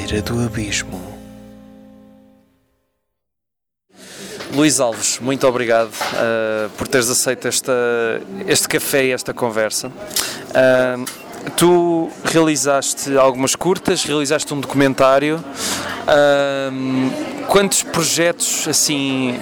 beira do abismo. Luís Alves, muito obrigado por teres aceito este café e esta conversa. Tu realizaste algumas curtas, realizaste um documentário. Quantos projetos, assim,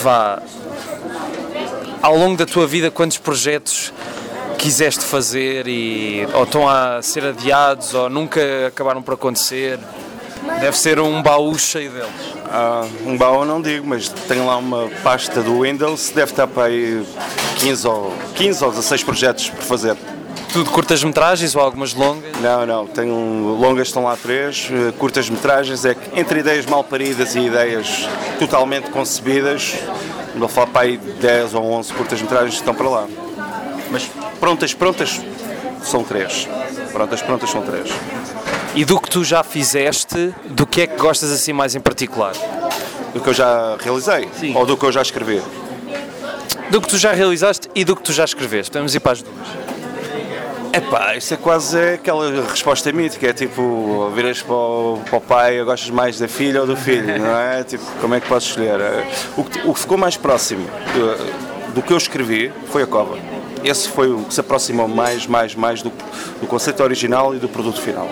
ao longo da tua vida, quantos projetos quiseste fazer ou estão a ser adiados ou nunca acabaram por acontecer? Deve ser um baú cheio deles. Um baú não digo, mas tenho lá uma pasta do Windows, deve estar para aí 15 ou 16 projetos por fazer. Tudo curtas-metragens ou algumas longas? Não, tenho longas, estão lá 3, curtas-metragens é que entre ideias mal paridas e ideias totalmente concebidas, vou falar para aí 10 ou 11 curtas-metragens que estão para lá. Mas prontas são 3. Prontas são 3. E do que tu já fizeste, do que é que gostas assim mais em particular? Do que eu já realizei? Sim. Ou do que eu já escrevi? Do que tu já realizaste e do que tu já escreveste. Vamos ir para as duas. Isso é quase aquela resposta mítica, é tipo, viras para o pai, gostas mais da filha ou do filho, não é? Tipo, como é que podes escolher? O que ficou mais próximo do que eu escrevi foi a Cova. Esse foi o que se aproximou mais do conceito original e do produto final.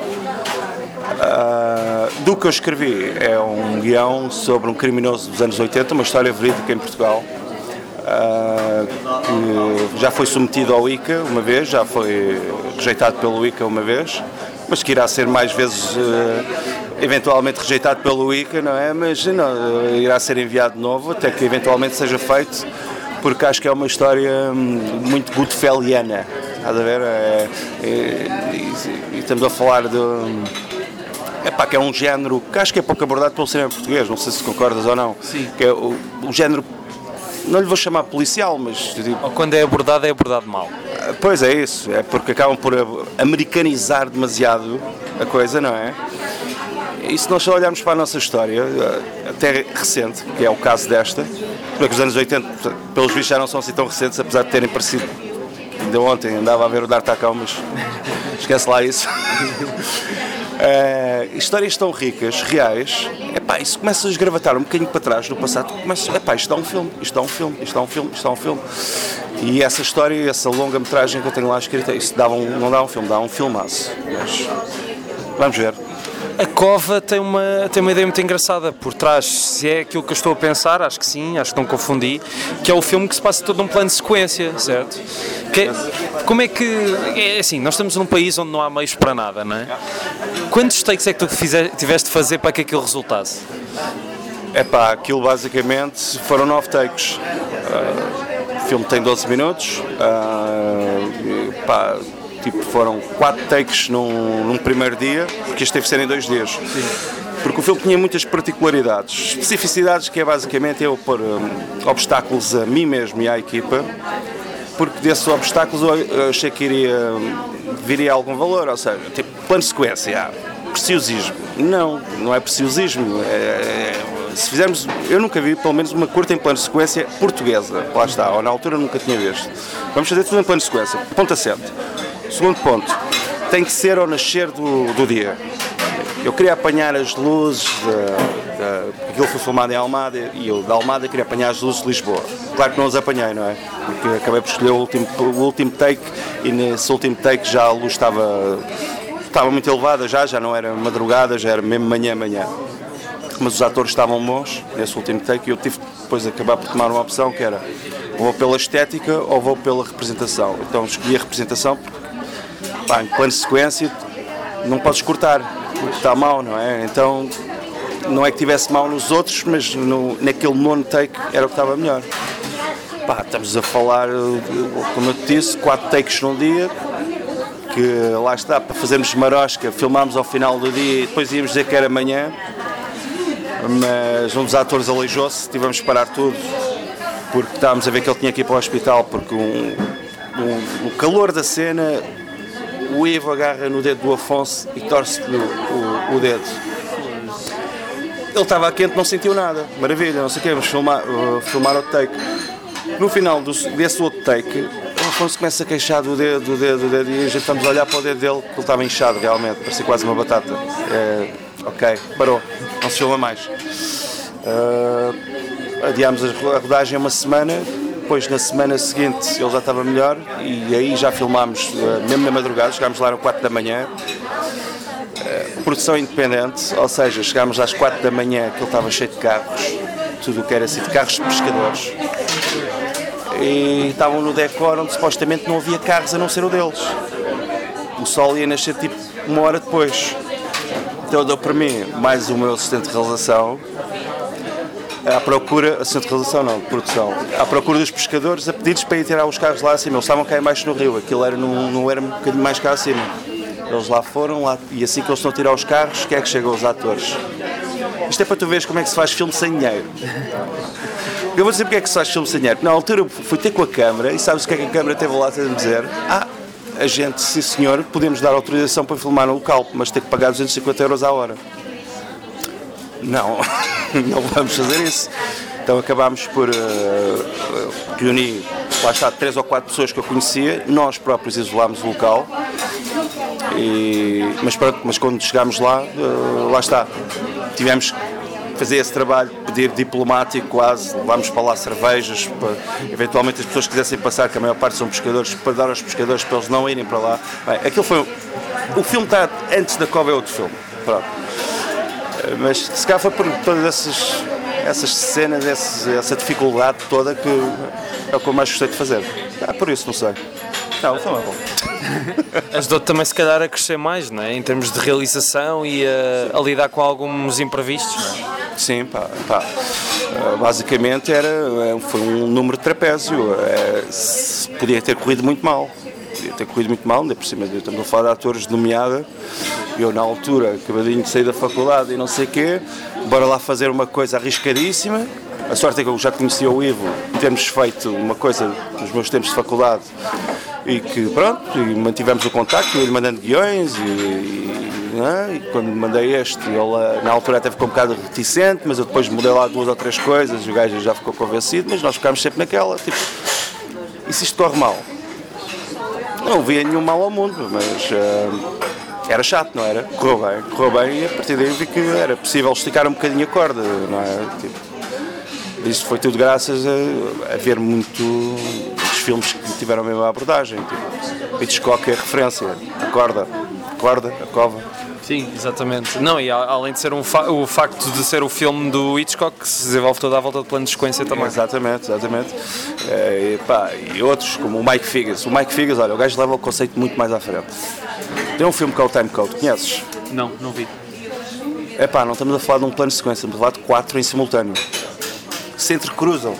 Do que eu escrevi é um guião sobre um criminoso dos anos 80, uma história verídica em Portugal, que já foi submetido ao ICA uma vez, já foi rejeitado pelo ICA uma vez, mas que irá ser mais vezes eventualmente rejeitado pelo ICA, não é? Mas não, irá ser enviado de novo até que eventualmente seja feito, porque acho que é uma história muito goodfelliana, estás a ver? E estamos a falar de... que é um género que acho que é pouco abordado pelo cinema português, não sei se concordas ou não. Sim. Que é o género, não lhe vou chamar policial, mas... Ou quando é abordado mal. Pois é isso, é porque acabam por americanizar demasiado a coisa, não é? E se nós só olharmos para a nossa história, até recente, que é o caso desta, porque os anos 80, pelos vistos, já não são assim tão recentes, apesar de terem parecido. Ainda ontem andava a ver o D'Artacão, mas esquece lá isso. Histórias tão ricas, reais, e se começas a esgravatar um bocadinho para trás no passado, isto é um filme. E essa história, essa longa-metragem que eu tenho lá escrita, isso não dá um filme, dá um filmaço. Mas vamos ver. A Cova tem uma ideia muito engraçada por trás, se é aquilo que eu estou a pensar, acho que sim, acho que não confundi, que é o filme que se passa todo num plano de sequência, certo? Como é que... É assim, nós estamos num país onde não há meios para nada, não é? Quantos takes é que tu tiveste de fazer para que aquilo resultasse? Aquilo basicamente foram 9 takes. O filme tem 12 minutos, foram 4 takes num primeiro dia, porque isto teve de ser em 2 dias. Sim. Porque o filme tinha muitas particularidades, especificidades, que é basicamente eu pôr obstáculos a mim mesmo e à equipa, porque desses obstáculos eu achei que viria algum valor, ou seja, tipo, plano de sequência, preciosismo. Não é preciosismo, se fizermos, eu nunca vi pelo menos uma curta em plano de sequência portuguesa, lá está, ou na altura nunca tinha visto. Vamos fazer tudo em plano de sequência, ponto assente. Segundo ponto, tem que ser ao nascer do dia. Eu queria apanhar as luzes, aquilo foi filmado em Almada, e eu da Almada queria apanhar as luzes de Lisboa. Claro que não as apanhei, não é? Porque acabei por escolher o último take, e nesse último take já a luz estava muito elevada, já não era madrugada, já era mesmo manhã. Mas os atores estavam bons nesse último take, e eu tive depois de acabar por tomar uma opção que era: ou vou pela estética ou vou pela representação. Então escolhi a representação, porque em plano de sequência não podes cortar, porque está mau, não é? Então não é que tivesse mau nos outros, mas naquele nono take era o que estava melhor. Estamos a falar, como eu te disse, 4 takes num dia, que lá está, para fazermos marosca, filmámos ao final do dia e depois íamos dizer que era amanhã, mas um dos atores aleijou-se, tivemos que parar tudo, porque estávamos a ver que ele tinha que ir para o hospital, porque o calor da cena, o Ivo agarra no dedo do Afonso e torce-lhe o dedo. Ele estava quente, não sentiu nada, maravilha, não sei o quê, vamos filmar outro take. No final desse outro take, o Afonso começa a queixar do dedo, e a gente estamos a olhar para o dedo dele, que ele estava inchado realmente, parecia quase uma batata. Ok, parou, não se filma mais. Adiámos a rodagem uma semana, depois na semana seguinte ele já estava melhor e aí já filmámos, mesmo na madrugada, chegámos lá às 4 da manhã. Produção independente, ou seja, chegámos às 4 da manhã que ele estava cheio de carros, tudo o que era assim, de carros de pescadores. E estavam no decor onde supostamente não havia carros a não ser o deles. O sol ia nascer tipo uma hora depois. Então deu para mim mais o meu assistente de realização à procura, assistente de realização não, de produção, à procura dos pescadores a pedir-lhes para ir tirar os carros lá acima. Eles estavam cá embaixo no rio, aquilo era não era um bocadinho mais cá acima. Eles lá foram lá, e assim que eles estão a tirar os carros, que é que chegam os atores? Isto é para tu veres como é que se faz filme sem dinheiro. Eu vou dizer porque é que se faz filme sem dinheiro. Na altura eu fui ter com a câmara e sabes o que é que a câmara teve lá a dizer? A gente, sim senhor, podemos dar autorização para filmar no local, mas tem que pagar 250 euros à hora. Não, não vamos fazer isso. Então acabámos por reunir, lá está, 3 ou 4 pessoas que eu conhecia, nós próprios isolámos o local, mas pronto, mas quando chegámos lá, lá está, tivemos que fazer esse trabalho, pedir diplomático quase, levámos para lá cervejas, para, eventualmente as pessoas que quisessem passar, que a maior parte são pescadores, para dar aos pescadores para eles não irem para lá. Bem, aquilo foi, o filme está, antes da cova é outro filme, pronto. Mas se calhar foi por todas essas cenas, essa dificuldade toda que é o que eu mais gostei de fazer. Por isso, não sei. Não, foi bom. Ajudou-te também, se calhar, a crescer mais, não é? Em termos de realização e a lidar com alguns imprevistos, não é? Sim, basicamente foi um número de trapézio. Podia ter corrido muito mal. Ainda por cima, estamos a falar de atores de nomeada. Eu, na altura, acabadinho de sair da faculdade e não sei o quê, bora lá fazer uma coisa arriscadíssima. A sorte é que eu já conhecia o Ivo, temos feito uma coisa nos meus tempos de faculdade e que, pronto, e mantivemos o contacto, ele mandando guiões e quando mandei este, ele na altura até ficou um bocado reticente, mas eu depois mudei lá 2 ou 3 coisas, o gajo já ficou convencido, mas nós ficámos sempre naquela, tipo, e se isto corre mal? Não havia nenhum mal ao mundo, mas era chato, não era? Correu bem e a partir daí vi que era possível esticar um bocadinho a corda, não é? Tipo, isto foi tudo graças a ver muitos filmes que tiveram a mesma abordagem, tipo, Hitchcock é a referência, a corda, a cova. Sim, exatamente. Não, e além de ser o facto de ser o filme do Hitchcock que se desenvolve toda à volta do plano de sequência também. Exatamente. E outros, como o Mike Figgis. O Mike Figgis, olha, o gajo leva o conceito muito mais à frente. Tem um filme que é o Time Code, conheces? Não vi. Não estamos a falar de um plano de sequência, estamos a falar de 4 em simultâneo. Que se entrecruzam.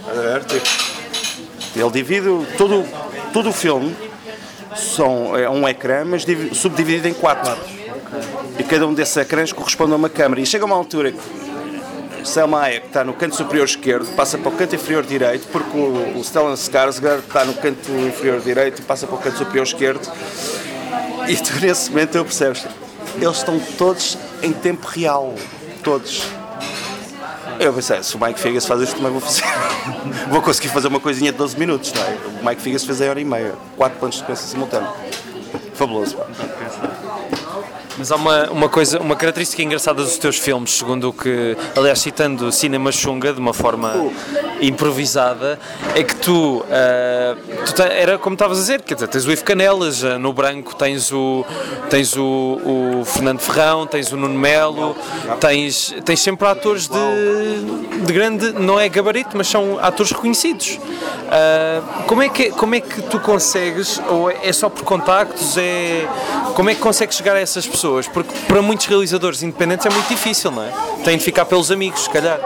Ele divide todo o filme, é um ecrã, mas subdividido em 4. E cada um desses ecrãs corresponde a uma câmara. E chega uma altura que Selma Hayek está no canto superior esquerdo, passa para o canto inferior direito, porque o Stellan Skarsgård está no canto inferior direito e passa para o canto superior esquerdo. E tu, nesse momento, eu percebes, eles estão todos em tempo real. Todos. Eu pensei, se o Mike Figgis faz isto, também vou fazer. Vou conseguir fazer uma coisinha de 12 minutos, não é? O Mike Figgis fez a hora e meia. 4 planos de sequência simultâneo. Fabuloso, pá. Mas há uma característica engraçada dos teus filmes, segundo o que, aliás, citando Cinema Xunga de uma forma improvisada, é que tu era como estavas a dizer, quer dizer, tens o Ivo Canelas, no branco tens o Fernando Ferrão, tens o Nuno Melo, tens sempre atores de grande, não é gabarito, mas são atores reconhecidos. Como é que tu consegues, ou é só por contactos, como é que consegues chegar a essas pessoas? Porque para muitos realizadores independentes é muito difícil, não é? Têm de ficar pelos amigos, se calhar.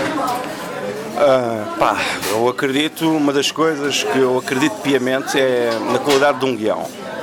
Eu acredito, uma das coisas que eu acredito piamente é na qualidade de um guião.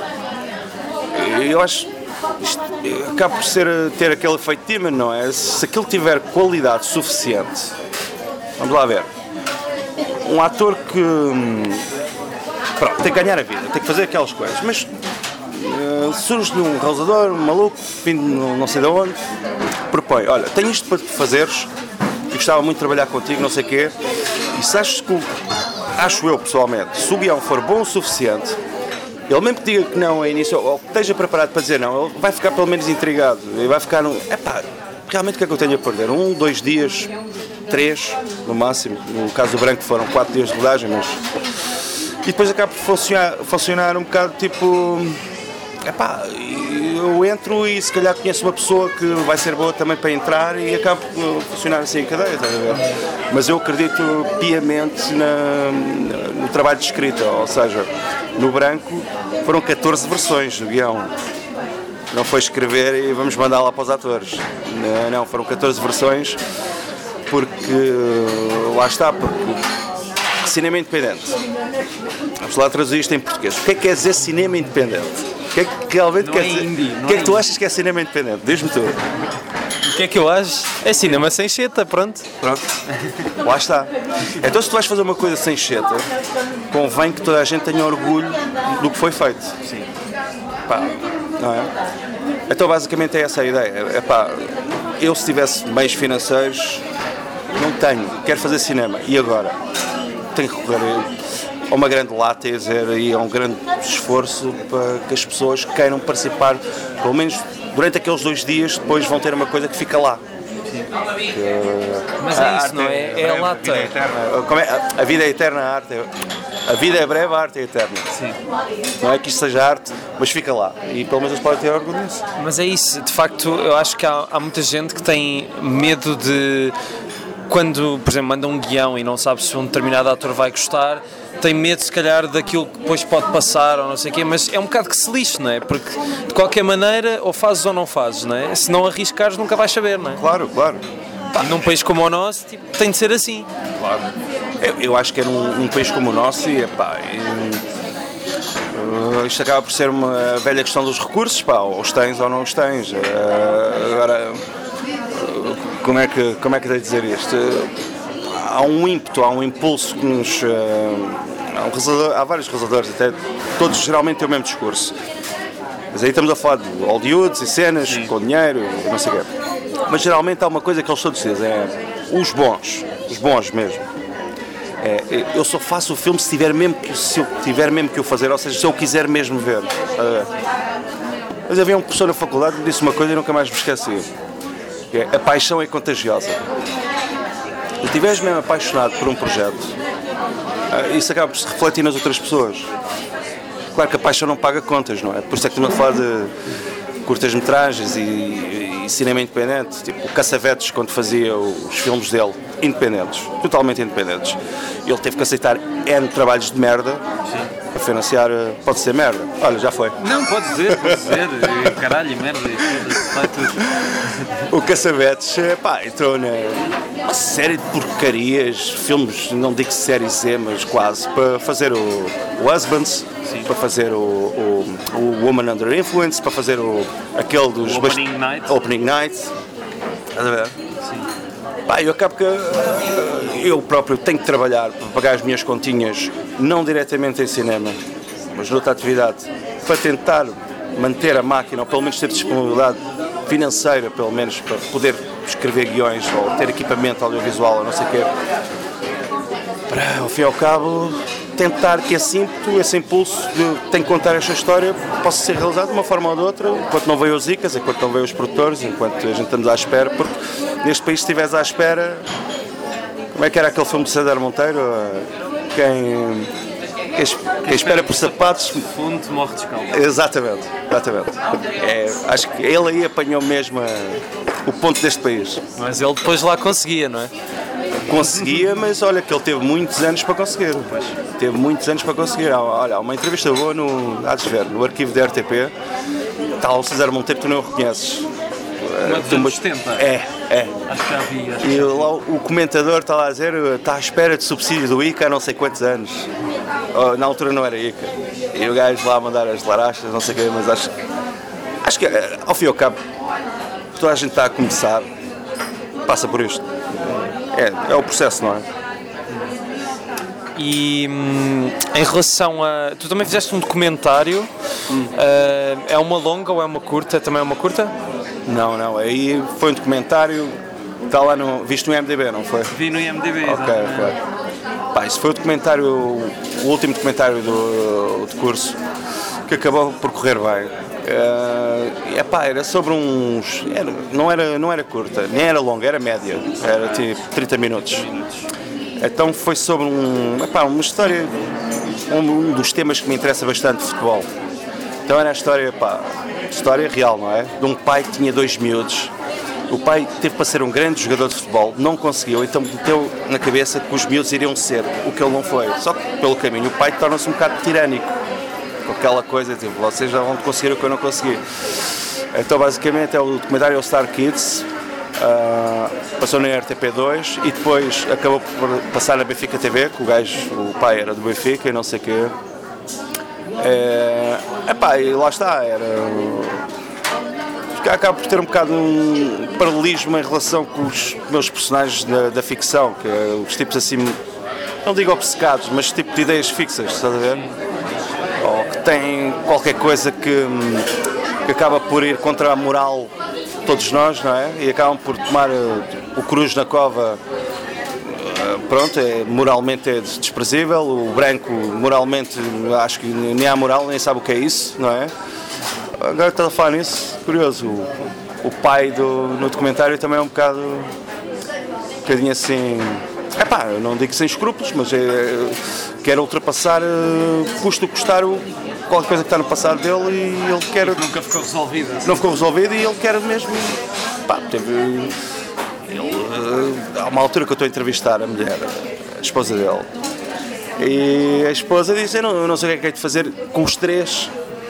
Eu acho que acaba por ter aquele efeito Timan, não é? Se aquilo tiver qualidade suficiente, vamos lá ver, um ator que tem que ganhar a vida, tem que fazer aquelas coisas, mas surge-lhe um realizador, um maluco, vindo não sei de onde, propõe, olha, tenho isto para fazeres e gostava muito de trabalhar contigo, não sei o quê, e se achas que, acho eu pessoalmente, se o guião for bom o suficiente, Ele mesmo que diga que não ao início, ou que esteja preparado para dizer não, ele vai ficar pelo menos intrigado. E vai ficar realmente o que é que eu tenho a perder? 1, 2 dias, 3 no máximo. No caso do Branco foram 4 dias de rodagem, mas... E depois acaba por funcionar um bocado tipo... eu entro e se calhar conheço uma pessoa que vai ser boa também para entrar e acaba por funcionar assim em cadeia, estás a ver? Mas eu acredito piamente no trabalho de escrita, ou seja, no Branco foram 14 versões do guião. Não foi escrever e vamos mandar lá para os atores. Não, foram 14 versões porque lá está, porque cinema independente. Vamos lá traduzir isto em português. O que é que quer dizer cinema independente? O que é que realmente quer dizer? O que é que tu achas que é cinema independente? Diz-me tu. O que é que eu acho? É cinema sem cheta, pronto. Lá está. Então se tu vais fazer uma coisa sem cheta, convém que toda a gente tenha orgulho do que foi feito. Sim. Não é? Então basicamente é essa a ideia. Eu se tivesse meios financeiros, não tenho, quero fazer cinema. E agora? Tenho que recorrer a uma grande lata e dizer aí a um grande esforço para que as pessoas queiram participar, pelo menos durante aqueles 2 dias, depois vão ter uma coisa que fica lá. Mas é isso, não é? É a lata. A vida é eterna, a arte a vida é breve, a arte é eterna. Sim. Não é que isto seja arte, mas fica lá. E pelo menos eles podem ter orgulho disso. Mas é isso, de facto, eu acho que há muita gente que tem medo de... Quando, por exemplo, manda um guião e não sabe se um determinado ator vai gostar, tem medo, se calhar, daquilo que depois pode passar ou não sei o quê, mas é um bocado que se lixe, não é? Porque, de qualquer maneira, ou fazes ou não fazes, não é? Se não arriscares, nunca vais saber, não é? Claro. E num país como o nosso, tipo, tem de ser assim. Claro. Eu acho que é num país como o nosso e, isto acaba por ser uma velha questão dos recursos, ou os tens ou não os tens. Agora, como é que devo dizer isto? Há um ímpeto, há um impulso que nos... há vários realizadores, até todos geralmente têm o mesmo discurso. Mas aí estamos a falar de Hollywoods e cenas, sim, com dinheiro, não sei o quê. Mas geralmente há uma coisa que eles todos dizem, os bons mesmo. Eu só faço o filme se eu tiver mesmo que o fazer, ou seja, se eu quiser mesmo ver. Mas havia um professor na faculdade que me disse uma coisa e nunca mais me esqueci. Que é, a paixão é contagiosa. Se estiveres mesmo apaixonado por um projeto, isso acaba por se refletir nas outras pessoas. Claro que a paixão não paga contas, não é? Por isso é que estamos a falar de curtas-metragens e cinema independente, tipo o Cassavetes, quando fazia os filmes dele, independentes, totalmente independentes. Ele teve que aceitar N trabalhos de merda, sim, para financiar, pode ser merda. Olha, já foi. Não, pode dizer, caralho, merda, vai tudo. O Cassavetes, entrou numa série de porcarias, filmes, não digo série Z, mas quase, para fazer o Husbands, sim, para fazer o Woman Under Influence, para fazer aquele dos... Opening Night. Estás a ver? Sim. Eu acabo que eu próprio tenho que trabalhar para pagar as minhas continhas, não diretamente em cinema, mas noutra atividade, para tentar manter a máquina, ou pelo menos ter disponibilidade financeira, pelo menos, para poder escrever guiões, ou ter equipamento audiovisual, ou não sei o quê. Para, ao fim e ao cabo, tentar que esse ímpeto, esse impulso de tenho que contar esta história possa ser realizado de uma forma ou de outra, enquanto não veio os ICAs, enquanto não veio os produtores, enquanto a gente estamos à espera, porque neste país, se estiveres à espera, como é que era aquele filme de César Monteiro? Quem espera por sapatos... Fundo morre descalço. Exatamente. Acho que ele aí apanhou mesmo o ponto deste país. Mas ele depois lá conseguia, não é? Conseguia, mas olha que ele teve muitos anos para conseguir. Teve muitos anos para conseguir. Olha, uma entrevista boa no arquivo da RTP, tal César Monteiro, tu não o reconheces. Dos anos 70? É. Acho que já vi. E lá o comentador está lá a dizer, está à espera de subsídio do ICA há não sei quantos anos. Na altura não era ICA. E o gajo lá a mandar as larachas, não sei o quê, mas acho que ao fim e ao cabo, toda a gente está a começar, passa por isto. É o processo, não é? E em relação a... Tu também fizeste um documentário, é uma longa ou é uma curta? Também é uma curta? Não, aí foi um documentário, está lá viste no IMDb, não foi? Vi no IMDb, Ok. Isso foi o documentário, o último documentário do curso. que acabou por correr bem. Era sobre uns... não era curta, nem era longa, era média. Era tipo 30 minutos. Então foi sobre uma história, um dos temas que me interessa bastante de futebol. Então era a história real, não é? De um pai que tinha 2 miúdos. O pai teve para ser um grande jogador de futebol, não conseguiu, então meteu na cabeça que os miúdos iriam ser o que ele não foi. Só que pelo caminho o pai torna-se um bocado tirânico, com aquela coisa, tipo, vocês já vão conseguir o que eu não consegui. Então basicamente é o documentário All Star Kids, passou na RTP2 e depois acabou por passar na Benfica TV, que o pai era do Benfica e não sei o quê. E lá está, acaba por ter um bocado um paralelismo em relação com os meus personagens da ficção, que é os tipos assim, não digo obcecados, mas tipo de ideias fixas, estás a ver? Ou que têm qualquer coisa que acaba por ir contra a moral de todos nós, não é? E acabam por tomar o corujo na cova, moralmente é desprezível, o branco moralmente acho que nem há moral, nem sabe o que é isso, não é? Agora estou a falar nisso, curioso, o pai no documentário também é um bocadinho assim, eu não digo sem escrúpulos, mas quer ultrapassar, custa custar qualquer coisa que está no passado dele e ele quer... Nunca ficou resolvido. Não ficou resolvido e ele quer mesmo, há uma altura que eu estou a entrevistar a mulher, a esposa dele, e a esposa disse, eu não sei o que é que é de fazer com os três,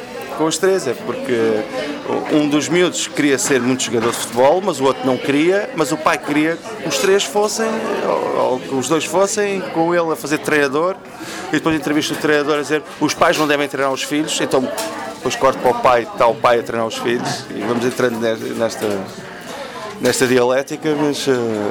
porque um dos miúdos queria ser muito jogador de futebol, mas o outro não queria, mas o pai queria que os três fossem, ou que os dois fossem, com ele a fazer treinador, e depois entrevista o treinador a dizer os pais não devem treinar os filhos, então depois corto para o pai, está o pai a treinar os filhos, e vamos entrando nesta dialética, mas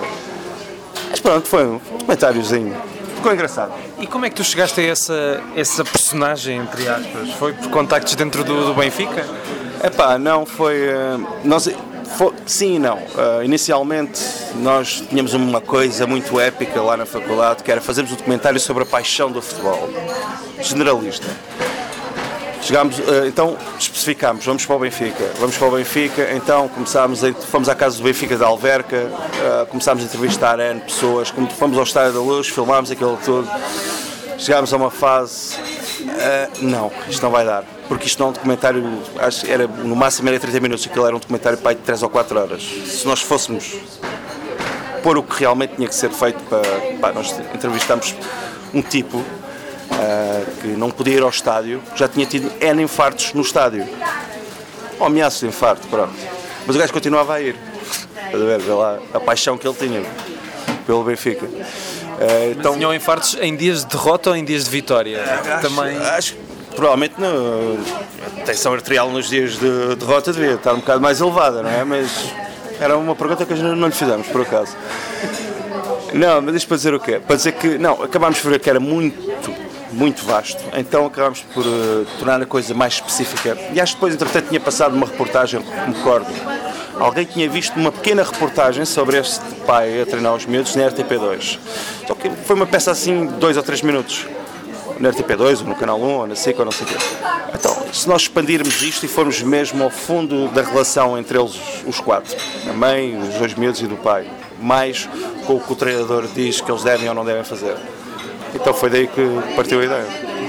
pronto, foi um documentáriozinho. Ficou engraçado. E como é que tu chegaste a essa personagem, entre aspas? Foi por contactos dentro do Benfica? Não, foi... sim e não. Inicialmente nós tínhamos uma coisa muito épica lá na faculdade, que era fazermos um documentário sobre a paixão do futebol. Generalista. Chegámos, então especificámos, vamos para o Benfica, então fomos à casa do Benfica de Alverca, começámos a entrevistar N pessoas, fomos ao Estádio da Luz, filmámos aquilo tudo, chegámos a uma fase, não, isto não vai dar, porque isto não é um documentário, acho que era no máximo era 30 minutos, aquilo era um documentário de 3 ou 4 horas, se nós fôssemos pôr o que realmente tinha que ser feito nós entrevistámos um tipo, que não podia ir ao estádio, já tinha tido N infartos no estádio, ou ameaças de infarto, pronto. Mas o gajo continuava a ir, estás a ver, vê lá a paixão que ele tinha pelo Benfica. Então, tinham infartos em dias de derrota ou em dias de vitória? Acho que provavelmente a tensão arterial nos dias de derrota devia estar um bocado mais elevada, não é? Mas era uma pergunta que não lhe fizemos, por acaso. Não, mas isto para dizer o quê? Para dizer que, não, acabámos por ver que era muito vasto, então acabámos por tornar a coisa mais específica. E acho que depois, entretanto, tinha passado uma reportagem, me recordo. Alguém tinha visto uma pequena reportagem sobre este pai a treinar os miúdos na RTP2. Só que foi uma peça assim de 2 ou 3 minutos. Na RTP2, ou no Canal 1, ou na SIC, ou não sei o quê. Então, se nós expandirmos isto e formos mesmo ao fundo da relação entre eles, os 4, a mãe, os 2 miúdos e do pai, mais com o que o treinador diz que eles devem ou não devem fazer. Então foi daí que partiu a ideia.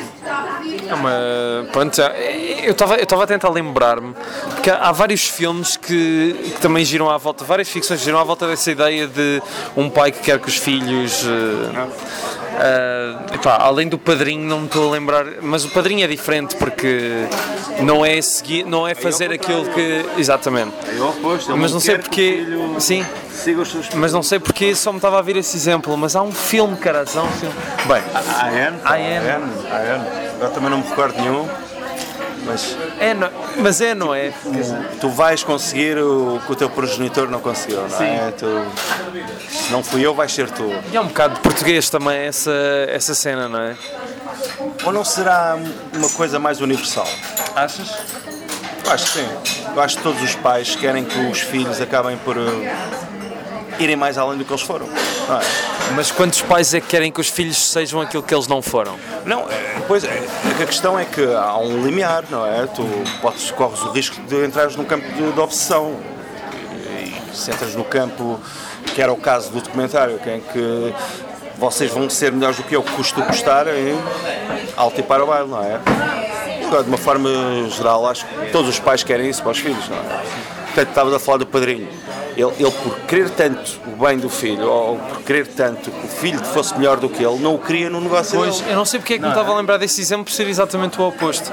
Pronto, eu estava a tentar lembrar-me, porque há vários filmes que também giram à volta, várias ficções giram à volta dessa ideia de um pai que quer que os filhos... além do Padrinho, não me estou a lembrar, mas o Padrinho é diferente porque não é fazer aquilo que... Exatamente. Mas não sei porque... Sim. Mas não sei porque só me estava a vir esse exemplo, mas há um filme, caralho, há um filme. Bem, eu também não me recordo nenhum, mas não é? Tu vais conseguir o que o teu progenitor não conseguiu, não é? Se não fui eu, vais ser tu. E é um bocado de português também essa cena, não é? Ou não será uma coisa mais universal? Achas? Eu acho que sim. Eu acho que todos os pais querem que os filhos acabem por irem mais além do que eles foram. Não é? Mas quantos pais é que querem que os filhos sejam aquilo que eles não foram? Não, pois é, a questão é que há um limiar, não é? Tu corres o risco de entrares num campo de obsessão. E se entras no campo, que era o caso do documentário, em que vocês vão ser melhores do que eu, custo custar, alto e para o baile, não é? Agora, de uma forma geral, acho que todos os pais querem isso para os filhos, não é? Portanto, estavas a falar do padrinho. Ele, por querer tanto o bem do filho, ou por querer tanto que o filho fosse melhor do que ele, não o queria no negócio dele. Pois, eu não sei porque é que me estava a lembrar desse exemplo por ser exatamente o oposto.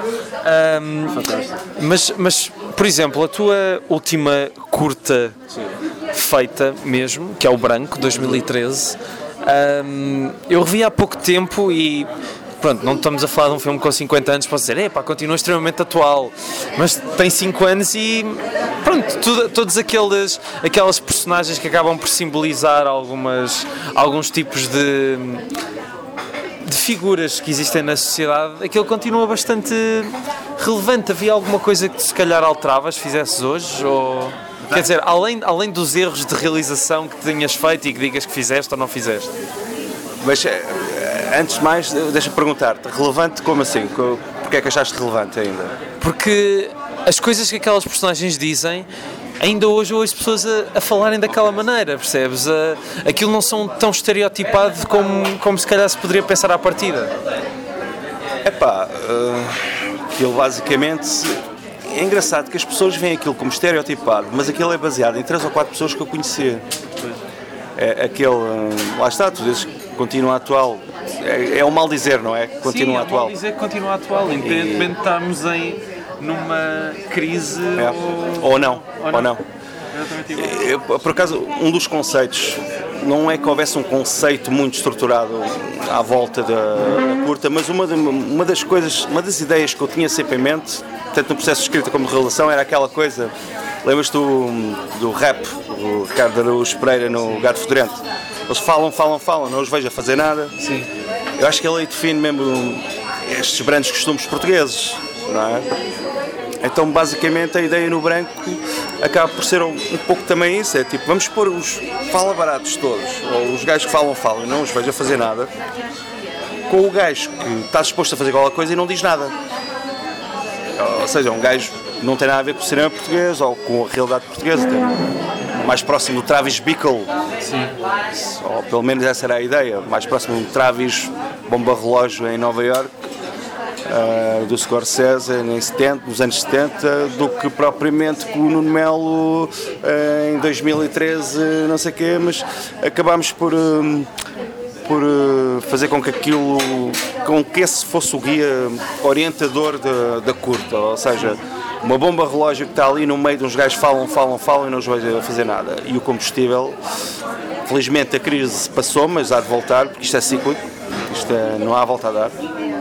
Mas, por exemplo, a tua última curta feita mesmo, que é o Branco, 2013, eu revi há pouco tempo e... Pronto, não estamos a falar de um filme com 50 anos, posso dizer, continua extremamente atual, mas tem 5 anos e pronto, todos aquelas personagens que acabam por simbolizar alguns tipos de figuras que existem na sociedade, aquilo continua bastante relevante. Havia alguma coisa que se calhar alteravas, fizesses hoje? Ou... Quer dizer, além dos erros de realização que tenhas feito e que digas que fizeste ou não fizeste? Mas... Antes de mais, deixa-me perguntar-te, relevante como assim? Porquê é que achaste relevante ainda? Porque as coisas que aquelas personagens dizem, ainda hoje ouço pessoas a falarem daquela maneira, percebes? Aquilo não são tão estereotipado como se calhar se poderia pensar à partida. Aquilo basicamente... É engraçado que as pessoas veem aquilo como estereotipado, mas aquilo é baseado em 3 ou 4 pessoas que eu conhecia. É aquele... Lá está, tu dizes que continua atual. É um mal dizer, não é? Continua atual. É um mal dizer que continua atual, independentemente de estarmos numa crise ou não. Por acaso, um dos conceitos, não é que houvesse um conceito muito estruturado à volta da curta, mas uma das ideias que eu tinha sempre em mente, tanto no processo de escrita como de realização, era aquela coisa, lembras-te do rap, do Ricardo Araújo Pereira no Gato Fedorento? Eles falam, não os vejo a fazer nada. Sim. Eu acho que ele aí define mesmo estes brandos costumes portugueses, não é? Então, basicamente, a ideia no Branco acaba por ser um pouco também isso, é tipo, vamos pôr os fala-baratos todos, ou os gajos que falam e não os vejo a fazer nada, com o gajo que está disposto a fazer qualquer coisa e não diz nada. Ou seja, um gajo que não tem nada a ver com o cinema português ou com a realidade portuguesa, mais próximo do Travis Bickle. Sim. Ou pelo menos essa era a ideia, mais próximo do Travis Bomba Relógio em Nova Iorque, do Scorsese nos anos 70, do que propriamente com o Nuno Melo em 2013, não sei o quê, mas acabámos por fazer com que esse fosse o guia orientador da curta, ou seja, uma bomba relógio que está ali no meio de uns gajos falam e não os vejo a fazer nada. E o combustível, felizmente a crise passou, mas há de voltar, porque isto é cíclico, não há volta a dar.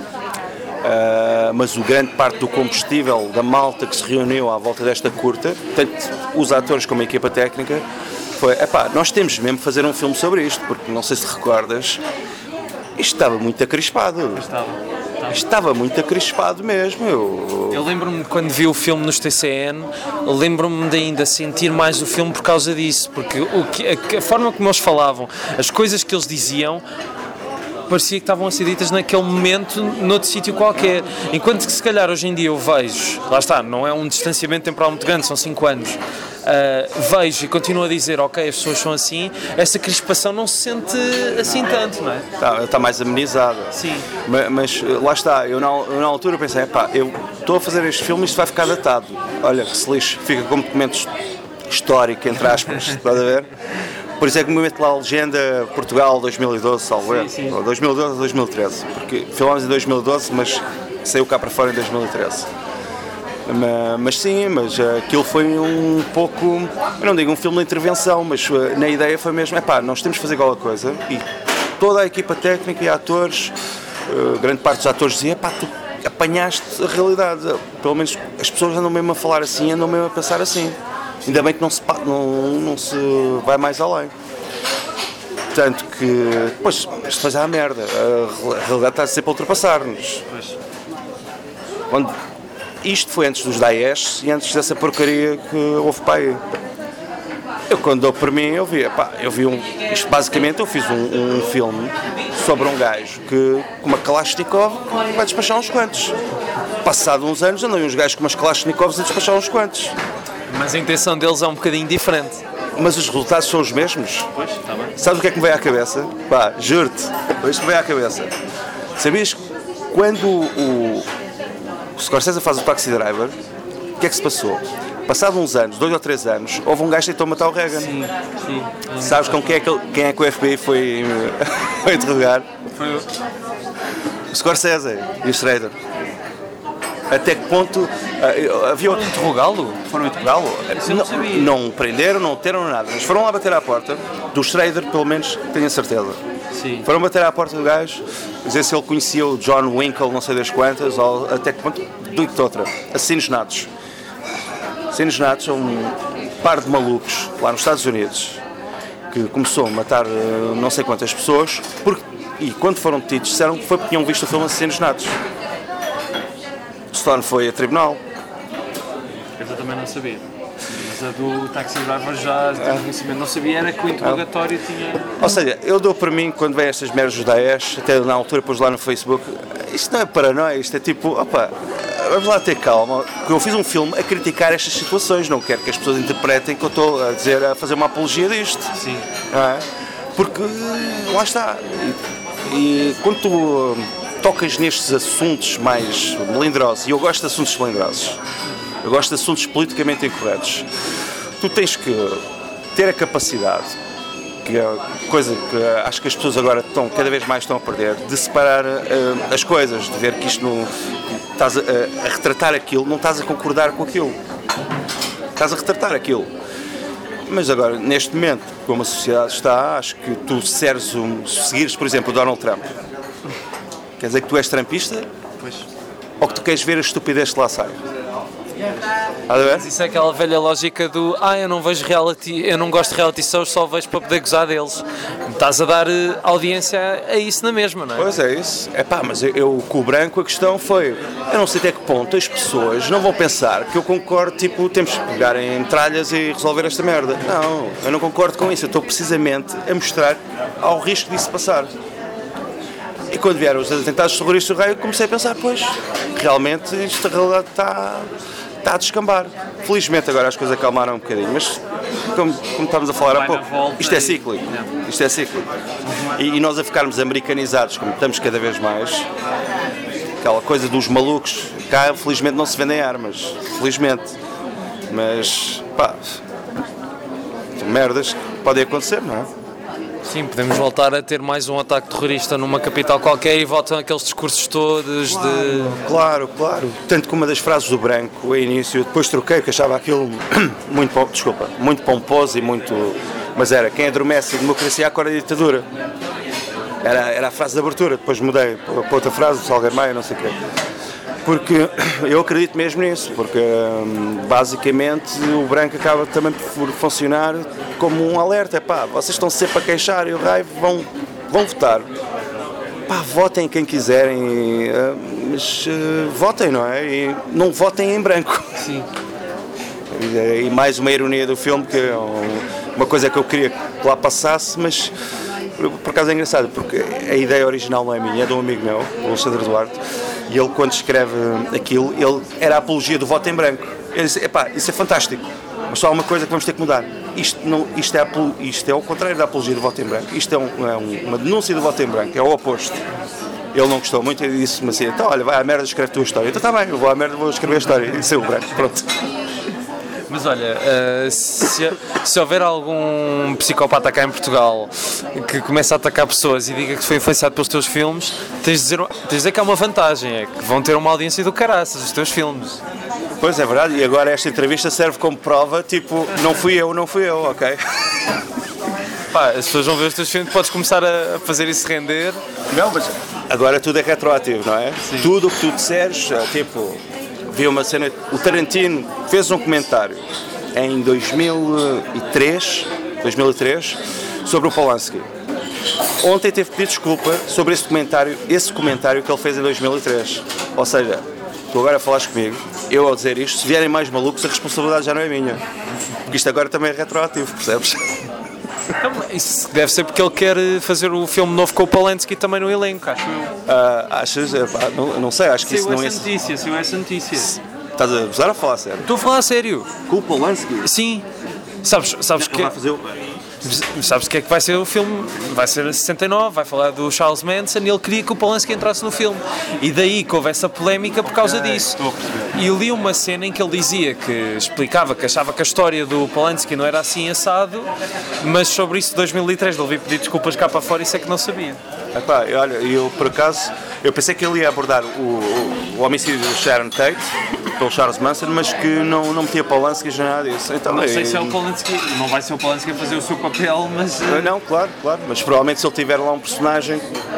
Mas o grande parte do combustível da malta que se reuniu à volta desta curta, tanto os atores como a equipa técnica, foi, nós temos mesmo de fazer um filme sobre isto, porque não sei se recordas, isto estava muito acrispado. Estava muito acrispado mesmo. Eu lembro-me quando vi o filme nos TCN, lembro-me de ainda sentir mais o filme por causa disso, porque a forma como eles falavam, as coisas que eles diziam, parecia que estavam a ser ditas naquele momento noutro sítio qualquer, enquanto que se calhar hoje em dia eu vejo, lá está, não é um distanciamento temporal muito grande, são 5 anos, vejo e continuo a dizer, ok, as pessoas são assim, essa crispação não se sente assim tanto, não é? Está mais amenizada. Sim. Mas lá está, eu na altura pensei, eu estou a fazer este filme e isto vai ficar datado, olha que se lixe, fica como documento histórico, entre aspas, estás a ver? Por isso é que me meto lá a legenda Portugal 2012, salvo erro, 2012 ou 2013, porque filmámos em 2012, mas saiu cá para fora em 2013. Mas sim, aquilo foi um pouco, eu não digo um filme de intervenção, mas na ideia foi mesmo, nós temos de fazer qualquer coisa, e toda a equipa técnica e atores, grande parte dos atores dizia, tu apanhaste a realidade, pelo menos as pessoas andam mesmo a falar assim, andam mesmo a pensar assim. Ainda bem que não se vai mais além. Tanto que depois isto há a merda. A realidade está sempre a ultrapassar-nos. Isto foi antes dos Daesh e antes dessa porcaria que houve para aí. Eu quando dou por mim, eu vi isto basicamente eu fiz um filme sobre um gajo que com uma Kalashnikov vai despachar uns quantos. Passado uns anos andam uns gajos com umas Kalashnikovs a despachar uns quantos. Mas a intenção deles é um bocadinho diferente. Mas os resultados são os mesmos. Pois, está bem. Sabes o que é que me veio à cabeça? Pá, juro-te, isto me veio à cabeça. Sabias que quando o Scorsese faz o Taxi Driver, o que é que se passou? Passado uns anos, 2 ou 3 anos, houve um gajo que tentou matar o Reagan. Sim. Sabes com quem é que o FBI foi interrogar? Foi O Scorsese e o Schrader. Até que ponto havia outro... interrogá-lo? Foram interrogá-lo? Não prenderam, não teram nada, mas foram lá bater à porta do Schrader, pelo menos tenho a certeza. Sim. Foram bater à porta do gajo, dizer se ele conhecia o John Winkle, não sei das quantas, ou até que ponto, de outra. Assassinos natos. Assassinos natos são um par de malucos lá nos Estados Unidos que começou a matar não sei quantas pessoas e quando foram detidos disseram que foi porque tinham visto o filme Assassinos Natos. Stone foi a tribunal. Eu também não sabia. Mas a do Taxi Driver já tenho conhecimento. Não sabia era que o interrogatório tinha... Ou seja, eu dou para mim, quando vem estas merdas do Daesh, até na altura pus lá no Facebook, isto não é paranoia, isto é tipo, opa, vamos lá ter calma, porque eu fiz um filme a criticar estas situações, não quero que as pessoas interpretem que eu estou a fazer uma apologia disto. Sim. Não é? Porque lá está. E quando tu tocas nestes assuntos mais melindrosos, e eu gosto de assuntos melindrosos, eu gosto de assuntos politicamente incorretos, tu tens que ter a capacidade, que é coisa que acho que as pessoas agora cada vez mais estão a perder, de separar as coisas, de ver que isto não estás a retratar aquilo, não estás a concordar com aquilo, estás a retratar aquilo. Mas agora, neste momento, como a sociedade está, acho que tu seguires, por exemplo, o Donald Trump, quer dizer que tu és trumpista? Pois. Ou que tu queres ver a estupidez que lá sai? Mas isso é aquela velha lógica do eu não vejo reality, eu não gosto de reality shows, só vejo para poder gozar deles. Estás a dar audiência a isso na mesma, não é? Pois é isso. Mas eu com o Branco a questão foi, eu não sei até que ponto as pessoas não vão pensar que eu concordo, tipo, temos que pegar em metralhas e resolver esta merda. Não, eu não concordo com isso, eu estou precisamente a mostrar ao risco disso passar. E quando vieram os atentados terroristas do raio, comecei a pensar, pois, realmente esta realidade está a descambar. Felizmente agora as coisas acalmaram um bocadinho, mas como estávamos a falar há pouco, isto é cíclico. Isto é cíclico. E nós a ficarmos americanizados, como estamos cada vez mais, aquela coisa dos malucos, cá felizmente não se vendem armas, felizmente. Mas, são merdas que podem acontecer, não é? Sim, podemos voltar a ter mais um ataque terrorista numa capital qualquer e voltam aqueles discursos todos Claro. Tanto que uma das frases do Branco, a início, depois troquei, porque achava aquilo muito pomposo e muito... Mas era, quem adormece a democracia acorda a ditadura. Era a frase de abertura, depois mudei para outra frase, do Salgueiro Maia, não sei o quê. Porque eu acredito mesmo nisso, porque basicamente o Branco acaba também por funcionar como um alerta. Vocês estão sempre a queixar e o raio vão votar. Votem quem quiserem, mas votem, não é? E não votem em branco. Sim. E mais uma ironia do filme, que é uma coisa que eu queria que lá passasse, mas por acaso é engraçado, porque a ideia original não é minha, é de um amigo meu, o Alexandre Duarte. E ele, quando escreve aquilo, ele era a apologia do voto em branco. Ele disse, isso é fantástico, mas só há uma coisa que vamos ter que mudar. Isto é o contrário da apologia do voto em branco. Isto é uma denúncia do voto em branco, é o oposto. Ele não gostou muito e disse-me assim, então olha, vai à merda, escreve a tua história. Então está bem, eu vou à merda, vou escrever a história. E saiu o branco, pronto. Mas olha, se houver algum psicopata cá em Portugal que começa a atacar pessoas e diga que foi influenciado pelos teus filmes, tens de dizer que há uma vantagem, é que vão ter uma audiência do caraças, os teus filmes. Pois é verdade, e agora esta entrevista serve como prova, tipo, não fui eu, ok? As pessoas vão ver os teus filmes, podes começar a fazer isso render. Não, mas agora tudo é retroativo, não é? Sim. Tudo o que tu disseres, tipo... Vi uma cena, o Tarantino fez um comentário em 2003 sobre o Polanski. Ontem teve que pedir desculpa sobre esse comentário que ele fez em 2003. Ou seja, tu agora falas comigo, eu ao dizer isto, se vierem mais malucos, a responsabilidade já não é minha. Porque isto agora também é retroativo, percebes? Isso deve ser porque ele quer fazer o filme novo com o Polanski também no elenco, acho eu. Achas? Não sei, acho que isso não é... Saiu essa notícia. Estás a gozar ou a falar sério? Estou a falar a sério. Com o Polanski? Sim. Sabes que... Vai fazer Sabes o que é que vai ser o filme? Vai ser a 69, vai falar do Charles Manson e ele queria que o Polanski entrasse no filme. E daí que houve essa polémica por causa disso. E eu li uma cena em que ele dizia que explicava que achava que a história do Polanski não era assim assado, mas sobre isso de 2003 ele veio pedir desculpas cá para fora e isso é que não sabia. Epá, olha, eu por acaso, eu pensei que ele ia abordar o homicídio do Sharon Tate pelo Charles Manson, mas que não metia Polanski nem nada disso. Então, não sei se é o Polanski, não vai ser o Polanski a fazer o seu papel, mas... Não, claro, mas provavelmente se ele tiver lá um personagem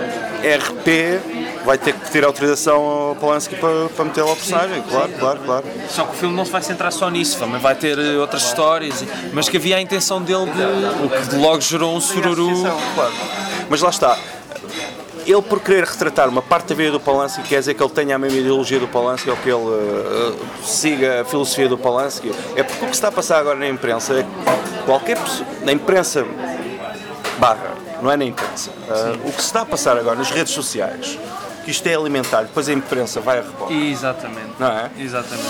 RP, vai ter que pedir autorização ao Polanski para meter lá o personagem, claro. Só que o filme não se vai centrar só nisso, também vai ter outras histórias, mas que havia a intenção dele o que logo gerou um sururu. Claro. Mas lá está. Ele, por querer retratar uma parte da vida do Polanski, quer dizer que ele tenha a mesma ideologia do Polanski ou que ele siga a filosofia do Polanski. É porque o que se está a passar agora na imprensa é que qualquer pessoa, na imprensa não é na imprensa, o que se está a passar agora nas redes sociais, que isto é alimentado, depois a imprensa vai a rebote. Exatamente. Não é? Exatamente.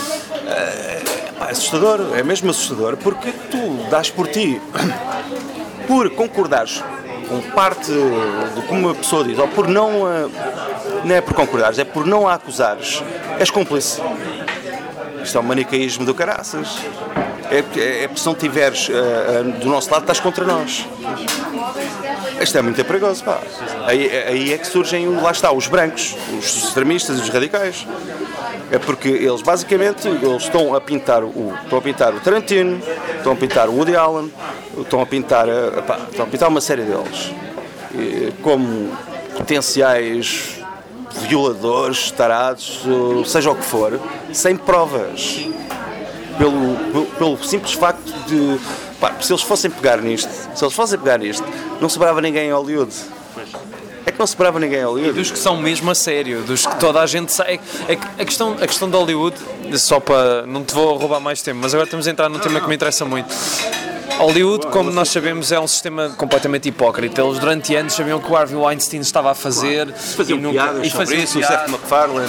É assustador, é mesmo assustador, porque tu dás por ti, por concordares com parte de como a pessoa diz, ou por não é por concordares, é por não a acusares, és cúmplice. Isto é um manicaísmo do caraças. É porque se não estiveres do nosso lado, estás contra nós. Isto é muito perigoso, pá. Aí é que surgem, lá está, os brancos, os extremistas e os radicais. É porque eles basicamente estão a pintar o Tarantino, estão a pintar o Woody Allen, estão a pintar uma série deles como potenciais violadores, tarados, seja o que for, sem provas. Pelo simples facto de, se eles fossem pegar nisto, não sobrava ninguém em Hollywood. É que não sobrava ninguém em Hollywood. E dos que são mesmo a sério, dos que toda a gente sabe. A questão de Hollywood, só para. Não te vou roubar mais tempo, mas agora estamos a entrar num tema que me interessa muito. Hollywood, como nós sabemos, é um sistema completamente hipócrita. Eles durante anos sabiam que o Harvey Weinstein estava a fazer. Faziam piadas sobre isso, o Seth MacFarlane,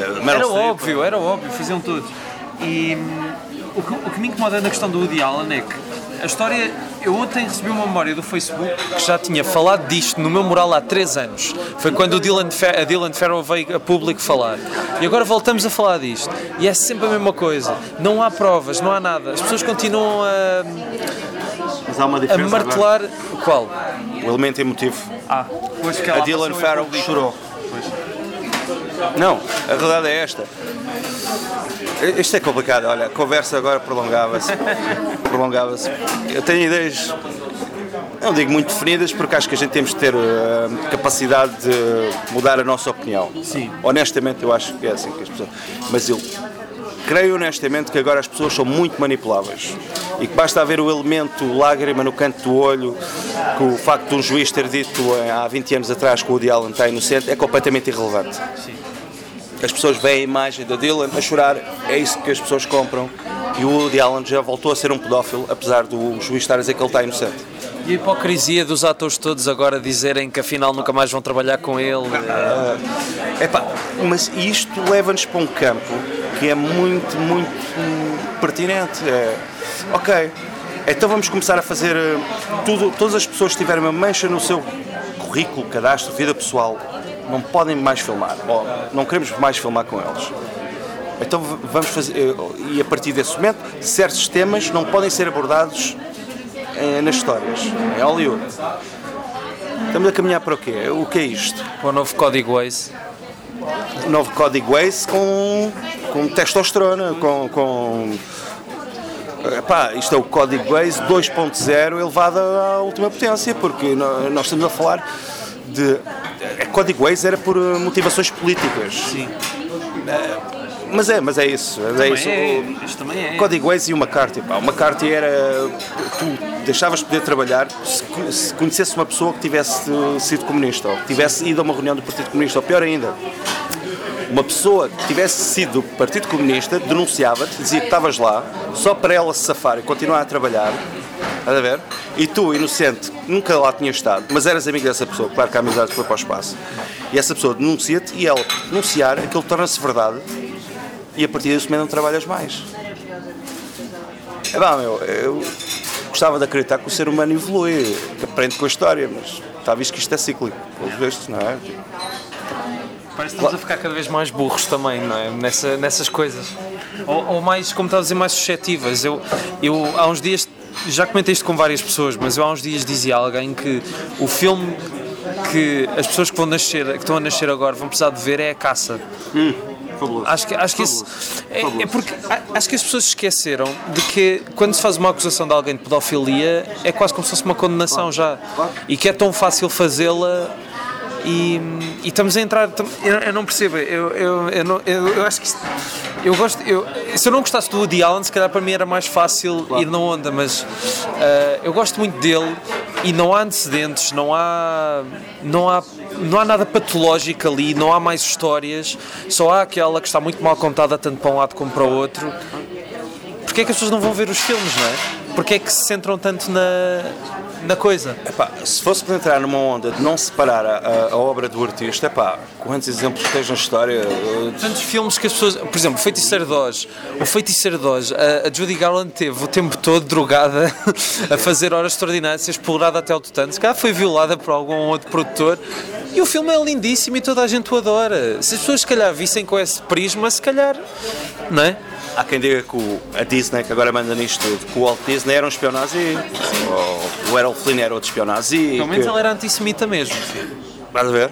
era óbvio, faziam todos. E o que me incomoda na questão do Woody Allen é que a história... Eu ontem recebi uma memória do Facebook que já tinha falado disto no meu mural há 3 anos. Foi quando a Dylan Farrow veio a público falar. E agora voltamos a falar disto. E é sempre a mesma coisa. Não há provas, não há nada. As pessoas continuam Mas há uma diferença a martelar... agora. Qual? O elemento emotivo. Pois que a Dylan Farrow chorou. Não, a realidade é esta. Isto é complicado, olha, a conversa agora prolongava-se. Eu tenho ideias, não digo muito definidas, porque acho que a gente temos de ter capacidade de mudar a nossa opinião. Sim. Honestamente, eu acho que é assim que as pessoas... Mas eu creio honestamente que agora as pessoas são muito manipuláveis e que basta haver o elemento lágrima no canto do olho, que o facto de um juiz ter dito há 20 anos atrás que o Woody Allen está inocente é completamente irrelevante. Sim. As pessoas veem a imagem da Dylan a chorar, é isso que as pessoas compram, e o Woody Allen já voltou a ser um pedófilo, apesar do juiz estar a dizer que ele está inocente. E a hipocrisia dos atores todos agora dizerem que afinal nunca mais vão trabalhar com ele. Mas isto leva-nos para um campo que é muito, muito pertinente. Ok, então vamos começar a fazer todas as pessoas que tiverem uma mancha no seu currículo, cadastro, vida pessoal, não podem mais filmar, ou não queremos mais filmar com eles. Então vamos fazer, e a partir desse momento, certos temas não podem ser abordados nas histórias, em Hollywood. Estamos a caminhar para o quê? O que é isto? O novo código Waze. O novo código Waze com testosterona, isto é o código Waze 2.0 elevado à última potência, porque nós estamos a falar de... O código Waze era por motivações políticas. Sim. Mas é isso. Isto também é. O código Waze e o McCarthy. O McCarthy era... Tu deixavas de poder trabalhar se conhecesse uma pessoa que tivesse sido comunista, ou que tivesse ido a uma reunião do Partido Comunista, ou pior ainda. Uma pessoa que tivesse sido do Partido Comunista denunciava-te, dizia que estavas lá só para ela se safar e continuar a trabalhar, estás a ver? E tu, inocente, nunca lá tinhas estado, mas eras amigo dessa pessoa, claro que a amizade foi para o espaço. E essa pessoa denuncia-te e ela, denunciar, aquilo torna-se verdade e a partir desse momento não trabalhas mais. Eu gostava de acreditar que o ser humano evolui, que aprende com a história, mas está visto que isto é cíclico, pelos vistos, não é? Parece que estamos a ficar cada vez mais burros também, não é? Nessas coisas. Ou mais, como estás a dizer, mais suscetíveis. Eu há uns dias, já comentei isto com várias pessoas, mas eu há uns dias dizia a alguém que o filme que as pessoas que estão a nascer agora vão precisar de ver é A Caça. Acho que isso é porque acho que as pessoas se esqueceram de que quando se faz uma acusação de alguém de pedofilia é quase como se fosse uma condenação já, e que é tão fácil fazê-la. E estamos a entrar. Eu não percebo. Eu acho que isto, se eu não gostasse do Woody Allen, se calhar para mim era mais fácil ir na onda, mas eu gosto muito dele e não há antecedentes, não há nada patológico ali, não há mais histórias, só há aquela que está muito mal contada tanto para um lado como para o outro. Porquê é que as pessoas não vão ver os filmes, não é? Porquê é que se centram tanto na coisa? Epá, se fosse para entrar numa onda de não separar a obra do artista, quantos exemplos tens na história? Tantos filmes que as pessoas... Por exemplo, O Feiticeiro de Oz, a Judy Garland teve o tempo todo drogada a fazer horas extraordinárias, a ser explorada até ao tutano. Se calhar foi violada por algum outro produtor. E o filme é lindíssimo e toda a gente o adora. Se as pessoas se calhar vissem com esse prisma, se calhar... Não é? Há quem diga que a Disney, que agora manda nisto tudo, que o Walt Disney era um espião nazi, ou o Errol Flynn era outro espião nazi. Pelo menos ele era antissemita mesmo. Vais a ver?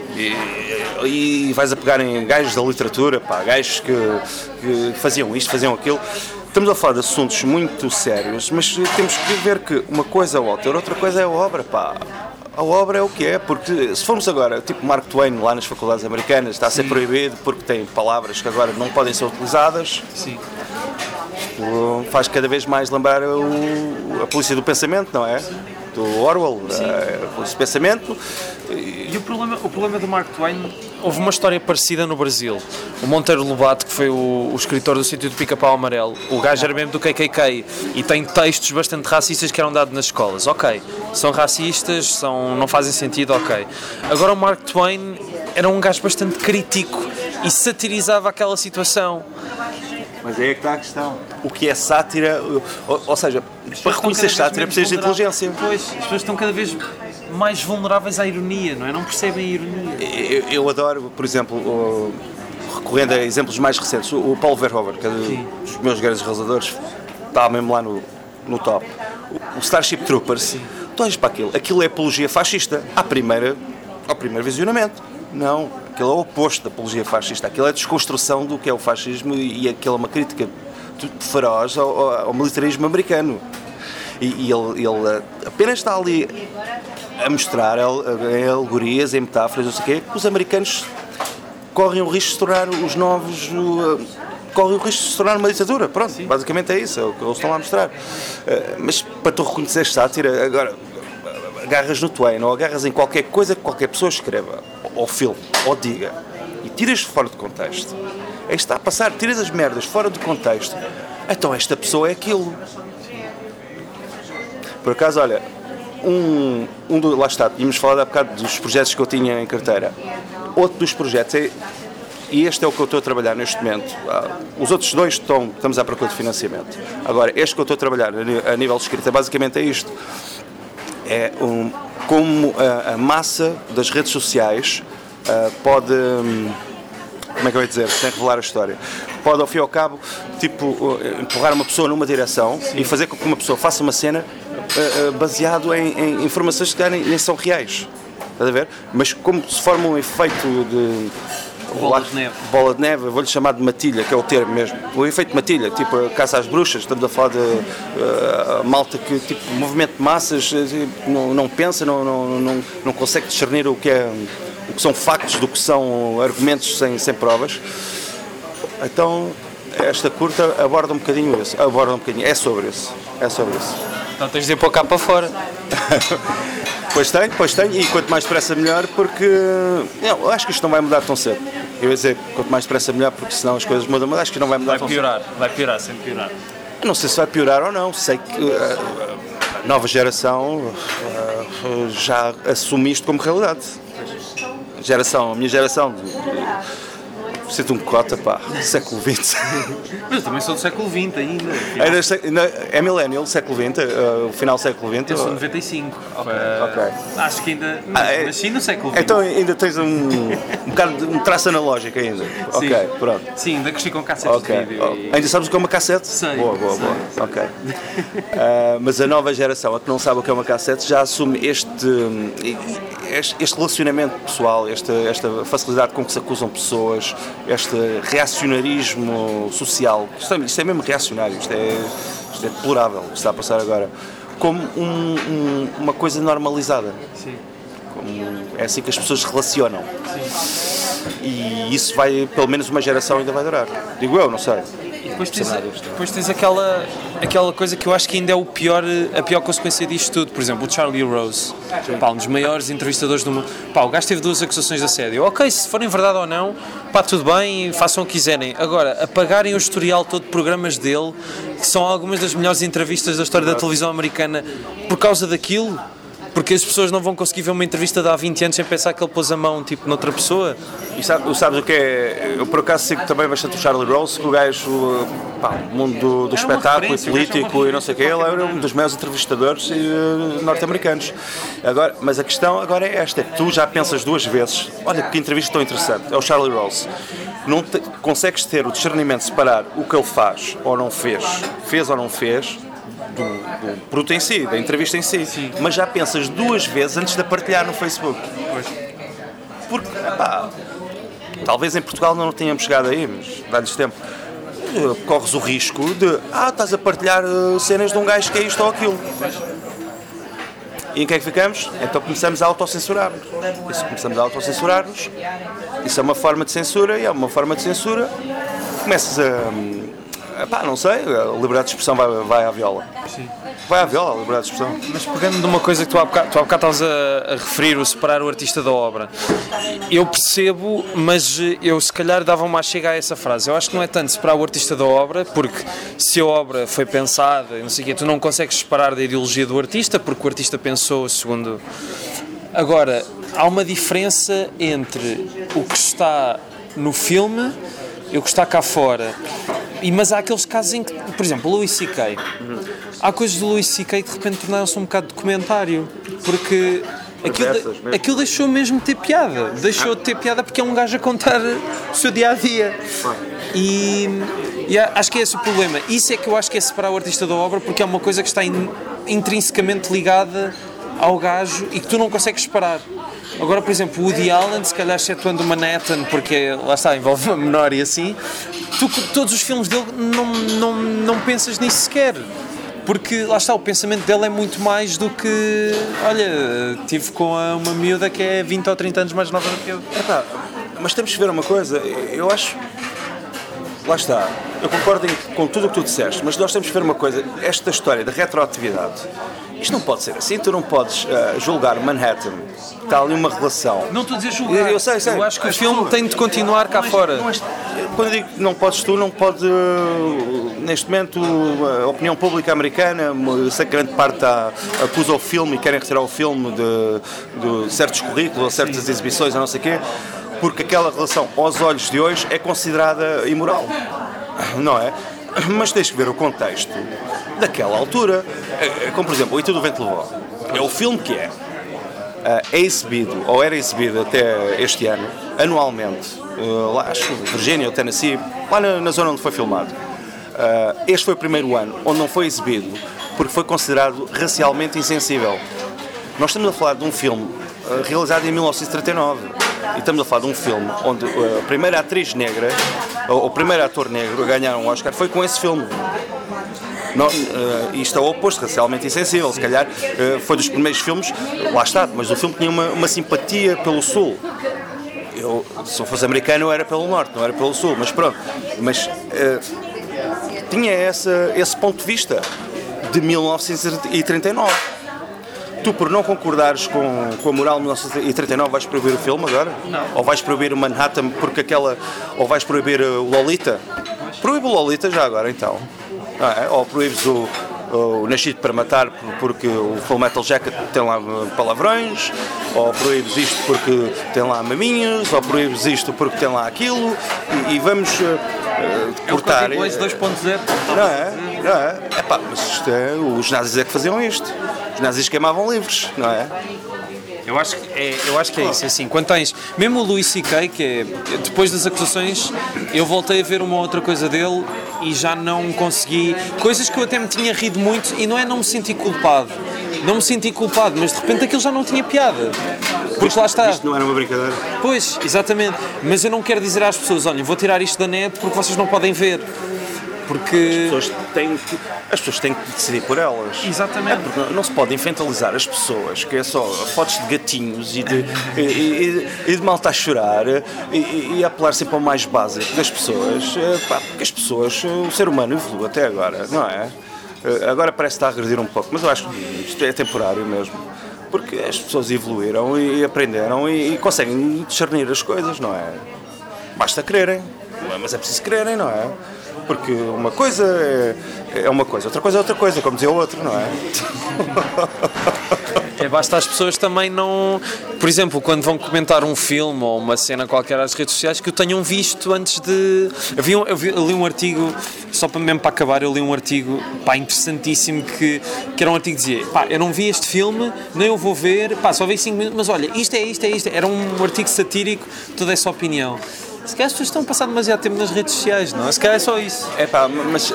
E vais a pegar em gajos da literatura, gajos que faziam isto, faziam aquilo. Estamos a falar de assuntos muito sérios, mas temos que ver que uma coisa é o autor, outra coisa é a obra, A obra é o que é, porque se formos agora, tipo Mark Twain lá nas faculdades americanas, está a ser proibido porque tem palavras que agora não podem ser utilizadas. Sim. Faz cada vez mais lembrar a polícia do pensamento, não é? Do Orwell, a polícia do pensamento. E o problema do Mark Twain, houve uma história parecida no Brasil. O Monteiro Lobato, que foi o escritor do Sítio do Pica-Pau Amarelo, o gajo era mesmo do KKK e tem textos bastante racistas que eram dados nas escolas. Ok, são racistas, não fazem sentido, ok. Agora o Mark Twain era um gajo bastante crítico e satirizava aquela situação. Mas aí é que está a questão. O que é sátira? Ou seja, para reconhecer sátira precisas de inteligência. Pois, as pessoas estão cada vez mais vulneráveis à ironia, não é? Não percebem a ironia. Eu adoro, por exemplo, recorrendo a exemplos mais recentes, o Paul Verhoeven, que é dos meus grandes realizadores, está mesmo lá no top. O Starship Troopers, tu olhas para aquilo é apologia fascista ao primeiro visionamento. Não, aquilo é o oposto da apologia fascista, aquilo é a desconstrução do que é o fascismo e aquilo é uma crítica feroz ao militarismo americano. E ele apenas está ali a mostrar em alegorias, em metáforas, não sei o quê, que os americanos correm o risco de se tornar os novos... correm o risco de se tornar uma ditadura. Pronto, sim. Basicamente é isso, é o que eles estão lá a mostrar. Mas para tu reconhecer sátira, agora agarras no Twain ou agarras em qualquer coisa que qualquer pessoa escreva, ou filme, ou diga, e tiras fora de contexto. É que está a passar, tiras as merdas fora de contexto. Então esta pessoa é aquilo. Por acaso, olha, lá está, tínhamos falado há bocado dos projetos que eu tinha em carteira. Outro dos projetos e este é o que eu estou a trabalhar neste momento. Os outros dois estamos à procura de financiamento. Agora, este que eu estou a trabalhar a nível de escrita, basicamente é isto. É como a massa das redes sociais pode... Como é que eu ia dizer? Sem revelar a história. Pode, ao fim e ao cabo, empurrar uma pessoa numa direção. Sim. E fazer com que uma pessoa faça uma cena baseado em informações que nem são reais. Estás a ver? Mas como se forma um efeito de... Bola de neve, eu vou-lhe chamar de matilha, que é o termo mesmo. O efeito de matilha, tipo a caça às bruxas, estamos a falar de malta que, tipo, movimento de massas, não pensa, não consegue discernir o que são factos do que são argumentos sem provas. Então, esta curta aborda um bocadinho isso. É sobre isso. Então tens de ir para cá para fora. Pois tenho, e quanto mais depressa melhor, porque eu acho que isto não vai mudar tão cedo. Eu ia dizer, quanto mais depressa melhor, porque senão as coisas mudam, mas acho que não vai mudar. Vai piorar, sempre piorar. Eu não sei se vai piorar ou não, sei que a nova geração já assume isto como realidade. A minha geração, sinto um cota, pá, século XX. Mas eu também sou do século XX ainda. É millennial, século XX, o final do século XX? Eu sou 95. Ok. Acho que ainda. Mas sim no século XX. Então ainda tens um traço analógico ainda. Sim. Ok, pronto. Sim, ainda cresci com cassetes de vídeo. Ainda sabes o que é uma cassete? Sei. Boa. Ok. Mas a nova geração, a que não sabe o que é uma cassete, já assume este relacionamento pessoal, esta facilidade com que se acusam pessoas, este reacionarismo social. Isto é mesmo reacionário, isto é deplorável o que está a passar agora, como uma coisa normalizada. Sim. É assim que as pessoas se relacionam. Sim. E isso vai, pelo menos uma geração ainda vai durar. Digo eu, não sei. E depois tens aquela coisa que eu acho que ainda é a pior consequência disto tudo. Por exemplo, o Charlie Rose, pá, um dos maiores entrevistadores do mundo. Pá, o gajo teve 2 acusações de assédio. Ok, se forem verdade ou não, pá, tudo bem, façam o que quiserem. Agora, apagarem o historial todo de programas dele, que são algumas das melhores entrevistas da história da televisão americana, por causa daquilo. Porque as pessoas não vão conseguir ver uma entrevista de há 20 anos sem pensar que ele pôs a mão tipo noutra pessoa. E sabes o que é? Eu por acaso sigo também bastante o Charlie Rose, que o gajo, pá, o mundo do espetáculo e político e não sei o que, ele era um dos maiores entrevistadores norte-americanos. Mas a questão agora é esta, é que tu já pensas 2 vezes, olha que entrevista tão interessante, é o Charlie Rose. Não consegues ter o discernimento de separar o que ele faz ou não fez ou não fez, do produto em si, da entrevista em si. Sim. Mas já pensas 2 vezes antes de a partilhar no Facebook. Pois. Porque, pá, talvez em Portugal não tínhamos chegado aí, mas dá-lhes tempo. Corres o risco de, estás a partilhar cenas de um gajo que é isto ou aquilo. E em que é que ficamos? Então começamos a autocensurar-nos. E se começamos a autocensurar-nos, isso é uma forma de censura, e é uma forma de censura, começas não sei, a liberdade de expressão vai à viola. Sim. Vai à viola, a liberdade de expressão. Mas pegando numa coisa que tu há bocado estavas a referir, o separar o artista da obra, eu percebo, mas eu se calhar dava uma chega a essa frase. Eu acho que não é tanto separar o artista da obra, porque se a obra foi pensada, não sei o quê, tu não consegues separar da ideologia do artista, porque o artista pensou segundo... Agora, há uma diferença entre o que está no filme e o que está cá fora. Mas há aqueles casos em que, por exemplo, o Louis C.K. Há coisas do Louis C.K. que de repente tornaram-se um bocado de documentário, porque aquilo deixou mesmo de ter piada. Deixou de ter piada porque é um gajo a contar o seu dia-a-dia. E acho que é esse o problema. Isso é que eu acho que é separar o artista da obra, porque é uma coisa que está intrinsecamente ligada ao gajo e que tu não consegues separar. Agora, por exemplo, o Woody Allen, se calhar excetuando o Manhattan, porque lá está, envolve uma menor e assim, todos os filmes dele não pensas nisso sequer. Porque lá está, o pensamento dele é muito mais do que, olha, tive com uma miúda que é 20 ou 30 anos mais nova do que eu. Mas temos que ver uma coisa, eu acho, lá está, eu concordo com tudo o que tu disseste, mas nós temos que ver uma coisa, esta história da retroatividade, isto não pode ser assim, tu não podes julgar Manhattan, está ali uma relação. Não estou a dizer julgar, eu sei. Eu acho que o filme tem de continuar cá fora. Quando eu digo que não podes tu, não pode, neste momento, a opinião pública americana, sei que grande parte acusa o filme e querem retirar o filme de certos currículos, ou certas exibições, ou não sei o quê, porque aquela relação, aos olhos de hoje, é considerada imoral, não é? Mas tens que ver o contexto daquela altura, como por exemplo, O E Tudo o Vento Levou. É o filme que é exibido, ou era exibido até este ano, anualmente, lá acho, Virgínia ou Tennessee, lá na zona onde foi filmado. Este foi o primeiro ano onde não foi exibido porque foi considerado racialmente insensível. Nós estamos a falar de um filme realizado em 1939 e estamos a falar de um filme onde a primeira atriz negra, ou o primeiro ator negro a ganhar um Oscar foi com esse filme. Isto é o oposto, racialmente insensível. Se calhar foi dos primeiros filmes, lá está, mas o filme tinha uma simpatia pelo Sul. Eu, se eu fosse americano, eu era pelo Norte, não era pelo Sul, mas pronto. Mas tinha esse ponto de vista de 1939. tu, por não concordares com a moral de 1939, vais proibir o filme agora? Não. Ou vais proibir o Manhattan porque ou vais proibir o Lolita? Proíbe o Lolita já agora, então. Não é? Ou proíbes o Nascido para Matar porque o Full Metal Jacket tem lá palavrões, ou proíbes isto porque tem lá maminhos, ou proíbes isto porque tem lá aquilo, e vamos cortar. É o Código 2.0. Não é? Epá, mas os nazis é que faziam isto. Os nazis queimavam livros, não é? Eu acho que é isso, assim, quando tens, mesmo o Louis C.K., que é, depois das acusações, eu voltei a ver uma outra coisa dele e já não consegui, coisas que eu até me tinha rido muito, e não me senti culpado, mas de repente aquilo já não tinha piada, porque lá está. Isto não era uma brincadeira? Pois, exatamente, mas eu não quero dizer às pessoas, olha, vou tirar isto da net porque vocês não podem ver. Porque as pessoas têm que decidir por elas. Exatamente. Porque não se pode infantilizar as pessoas, que é só fotos de gatinhos e de malta a chorar e apelar sempre ao mais básico das pessoas. Porque as pessoas, o ser humano evolui até agora, não é? Agora parece estar a agredir um pouco, mas eu acho que isto é temporário mesmo. Porque as pessoas evoluíram e aprenderam e conseguem discernir as coisas, não é? Basta quererem, mas é preciso quererem, não é? Porque uma coisa é uma coisa, outra coisa é outra coisa, como dizia o outro, não é? Basta as pessoas também não... Por exemplo, quando vão comentar um filme ou uma cena qualquer às redes sociais, que o tenham visto antes de... Eu li um artigo, só mesmo para acabar, eu li um artigo interessantíssimo que era um artigo que dizia, eu não vi este filme, nem eu vou ver, só vi 5 minutos, mas olha, isto é isto. Era um artigo satírico, toda essa opinião. Se calhar as pessoas estão a passar demasiado tempo nas redes sociais, não? Se calhar é só isso. Mas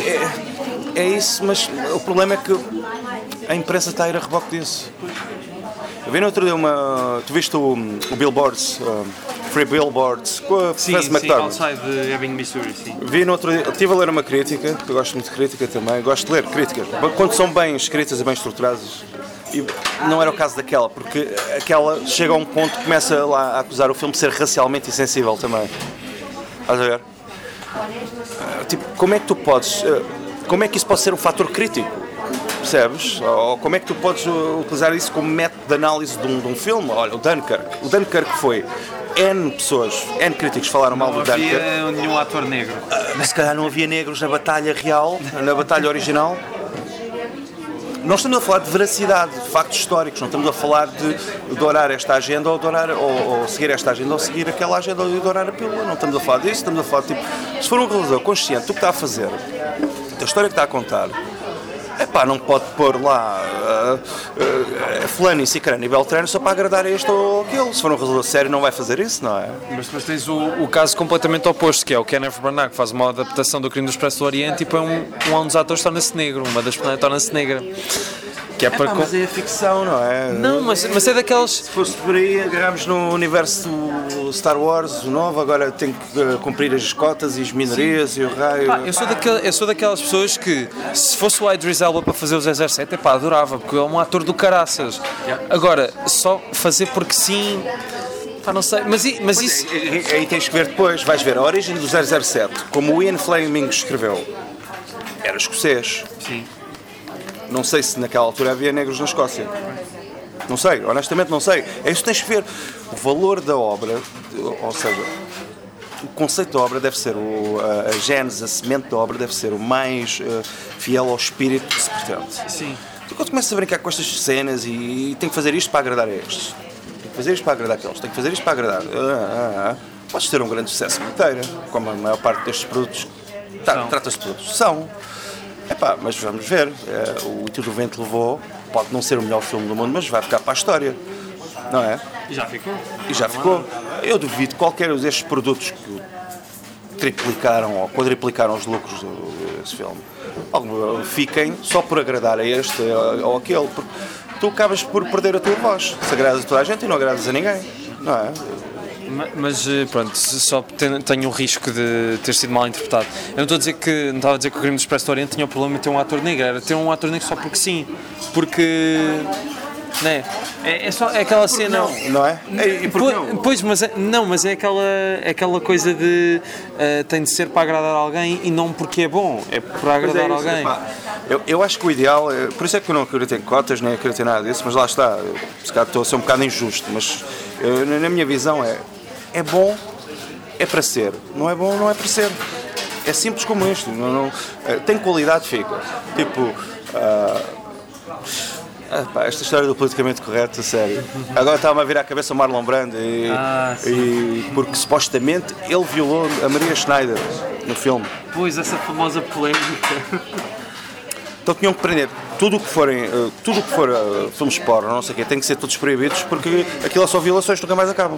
é isso, mas o problema é que a imprensa está a ir a reboque disso. Eu vi no outro dia tu viste o Billboards, Free Billboards, com a Frances McDormand. Sim, outside de Ebbing, Missouri, sim. Vi no outro dia, estive a ler uma crítica, porque eu gosto muito de crítica também, gosto de ler críticas, quando são bem escritas e bem estruturadas. E não era o caso daquela, porque aquela chega a um ponto que começa lá a acusar o filme de ser racialmente insensível também. Estás a ver? Como é que tu podes... Como é que isso pode ser um fator crítico? Percebes? Ou como é que tu podes utilizar isso como método de análise de um filme? Olha, o Dunkirk foi... N críticos falaram mal do Dunkirk. Não havia nenhum ator negro. Mas se calhar não havia negros na batalha real, na batalha original. Não estamos a falar de veracidade, de factos históricos, não estamos a falar de adorar esta agenda ou seguir esta agenda ou seguir aquela agenda ou adorar a pílula, não estamos a falar disso, estamos a falar se for um realizador consciente do que está a fazer, da história que está a contar, não pode pôr lá fulano e cicrano e beltrano só para agradar a este ou aquele. Se for um realizador sério não vai fazer isso, não é? Mas tens o caso completamente oposto, que é o Kenneth Branagh, que faz uma adaptação do Crime do Expresso do Oriente e põe um dos atores torna-se negro, uma das personagens torna-se negra. Que mas é a ficção, não é? Não, mas é daquelas... Se fosse por aí, agarramos no universo do Star Wars, o novo, agora tem que cumprir as cotas e as minorias. Sim. E o raio... Eu sou daquelas pessoas que, se fosse o Idris Elba para fazer o 007, adorava, porque é um ator do caraças. Yeah. Agora, só fazer porque sim... não sei, mas isso... Aí tens que ver depois, vais ver a origem do 007, como o Ian Fleming escreveu. Era escocês. Sim. Não sei se naquela altura havia negros na Escócia. Não sei, honestamente não sei. É isso que tens que ver. O valor da obra, ou seja, o conceito da obra deve ser, a gênese, a semente da obra deve ser o mais fiel ao espírito que se pretende. Sim. Tu quando começas a brincar com estas cenas e tem que fazer isto para agradar a estes, tem que fazer isto para agradar aqueles, tem que fazer isto para agradar... Podes ter um grande sucesso inteiro, como a maior parte destes produtos. Trata-se de produtos. São. Mas vamos ver, o Tiro do Vento levou, pode não ser o melhor filme do mundo, mas vai ficar para a história, não é? E já ficou. Eu duvido qualquer um destes produtos que triplicaram ou quadriplicaram os lucros desse filme, fiquem só por agradar a este ou aquele, porque tu acabas por perder a tua voz, se agradas a toda a gente e não agradas a ninguém, não é? Mas pronto, só tenho o risco de ter sido mal interpretado. Eu não estava a dizer que o Crime do Expresso do Oriente tinha o problema de ter um ator negro, era ter um ator negro só porque sim, porque... Né? É só aquela cena. Não é? E por não? Pois, mas é aquela coisa de tem de ser para agradar alguém e não porque é bom, é para agradar alguém. Eu acho que o ideal, por isso é que eu não acredito em cotas, nem acredito em nada disso, mas lá está, se calhar estou a ser um bocado injusto, mas na minha visão é bom, é para ser, não é bom, não é para ser. É simples como isto, tem qualidade, fica. Tipo, esta história do politicamente correto, sério. Agora estava-me a vir à cabeça o Marlon Brando, porque supostamente ele violou a Maria Schneider no filme. Pois, essa famosa polémica. Então tinham que prender tudo o que for filmes porno, não sei o quê, tem que ser todos proibidos porque aquilo é só violações, nunca mais acabam.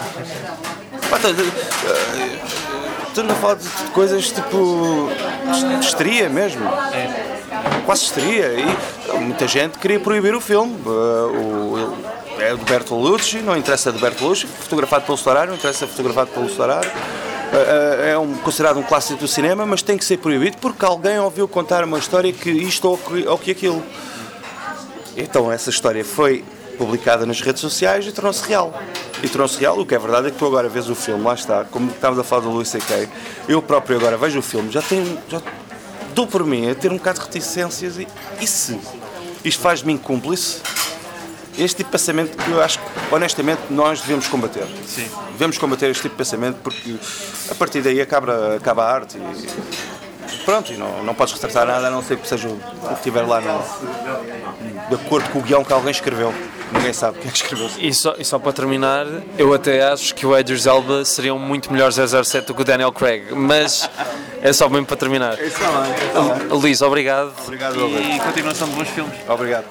Estamos a falar de coisas tipo de histeria mesmo. Quase histeria. E muita gente queria proibir o filme. É do Bertolucci, não interessa do Bertolucci, fotografado pelo Storaro, não interessa fotografado pelo Storaro. É considerado um clássico do cinema, mas tem que ser proibido porque alguém ouviu contar uma história que isto ou que aquilo. Então essa história foi publicada nas redes sociais e tornou-se real. E tornou-se real, o que é verdade é que tu agora vês o filme, lá está, como estávamos a falar do Louis C.K., eu próprio agora vejo o filme, já dou por mim a ter um bocado de reticências e se isto faz-me incúmplice? Este tipo de pensamento que eu acho que, honestamente, nós devemos combater. Sim. Devemos combater este tipo de pensamento porque a partir daí acaba a arte e pronto, e não podes retratar nada a não ser que seja o que estiver lá de acordo com o guião que alguém escreveu. Ninguém sabe quem é que escreveu. E só para terminar, eu até acho que o Idris Elba seria um muito melhor 007 do que o Daniel Craig, mas é só mesmo para terminar. Luís, obrigado. Obrigado, e continuação de bons filmes. Obrigado.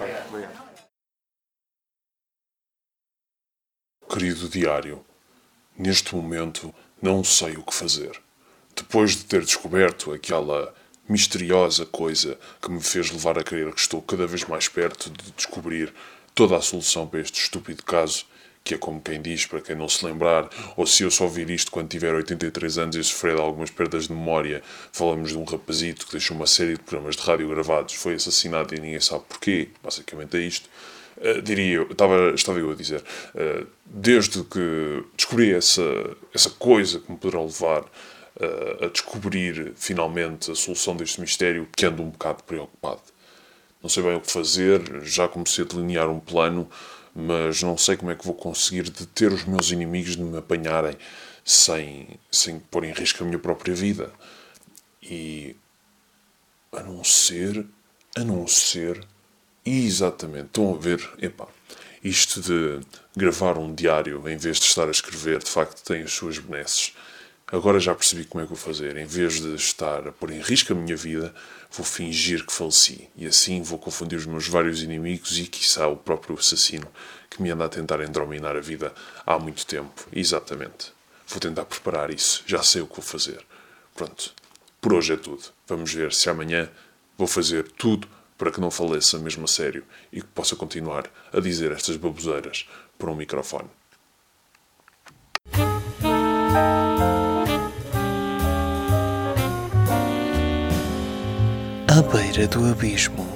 Querido diário, neste momento não sei o que fazer. Depois de ter descoberto aquela misteriosa coisa que me fez levar a crer que estou cada vez mais perto de descobrir toda a solução para este estúpido caso, que é como quem diz, para quem não se lembrar, ou se eu só vir isto quando tiver 83 anos e sofrer de algumas perdas de memória, falamos de um rapazito que deixou uma série de programas de rádio gravados, foi assassinado e ninguém sabe porquê, basicamente é isto. Estava eu a dizer, desde que descobri essa coisa que me poderá levar a descobrir finalmente a solução deste mistério, que ando um bocado preocupado. Não sei bem o que fazer, já comecei a delinear um plano, mas não sei como é que vou conseguir deter os meus inimigos de me apanharem sem pôr em risco a minha própria vida. E a não ser, exatamente, estão a ver, isto de gravar um diário em vez de estar a escrever, de facto tem as suas benesses. Agora já percebi como é que vou fazer. Em vez de estar a pôr em risco a minha vida, vou fingir que faleci. E assim vou confundir os meus vários inimigos e, quiçá, o próprio assassino que me anda a tentar endrominar a vida há muito tempo. Exatamente. Vou tentar preparar isso. Já sei o que vou fazer. Pronto. Por hoje é tudo. Vamos ver se amanhã vou fazer tudo para que não faleça mesmo a sério e que possa continuar a dizer estas baboseiras por um microfone. À beira do abismo.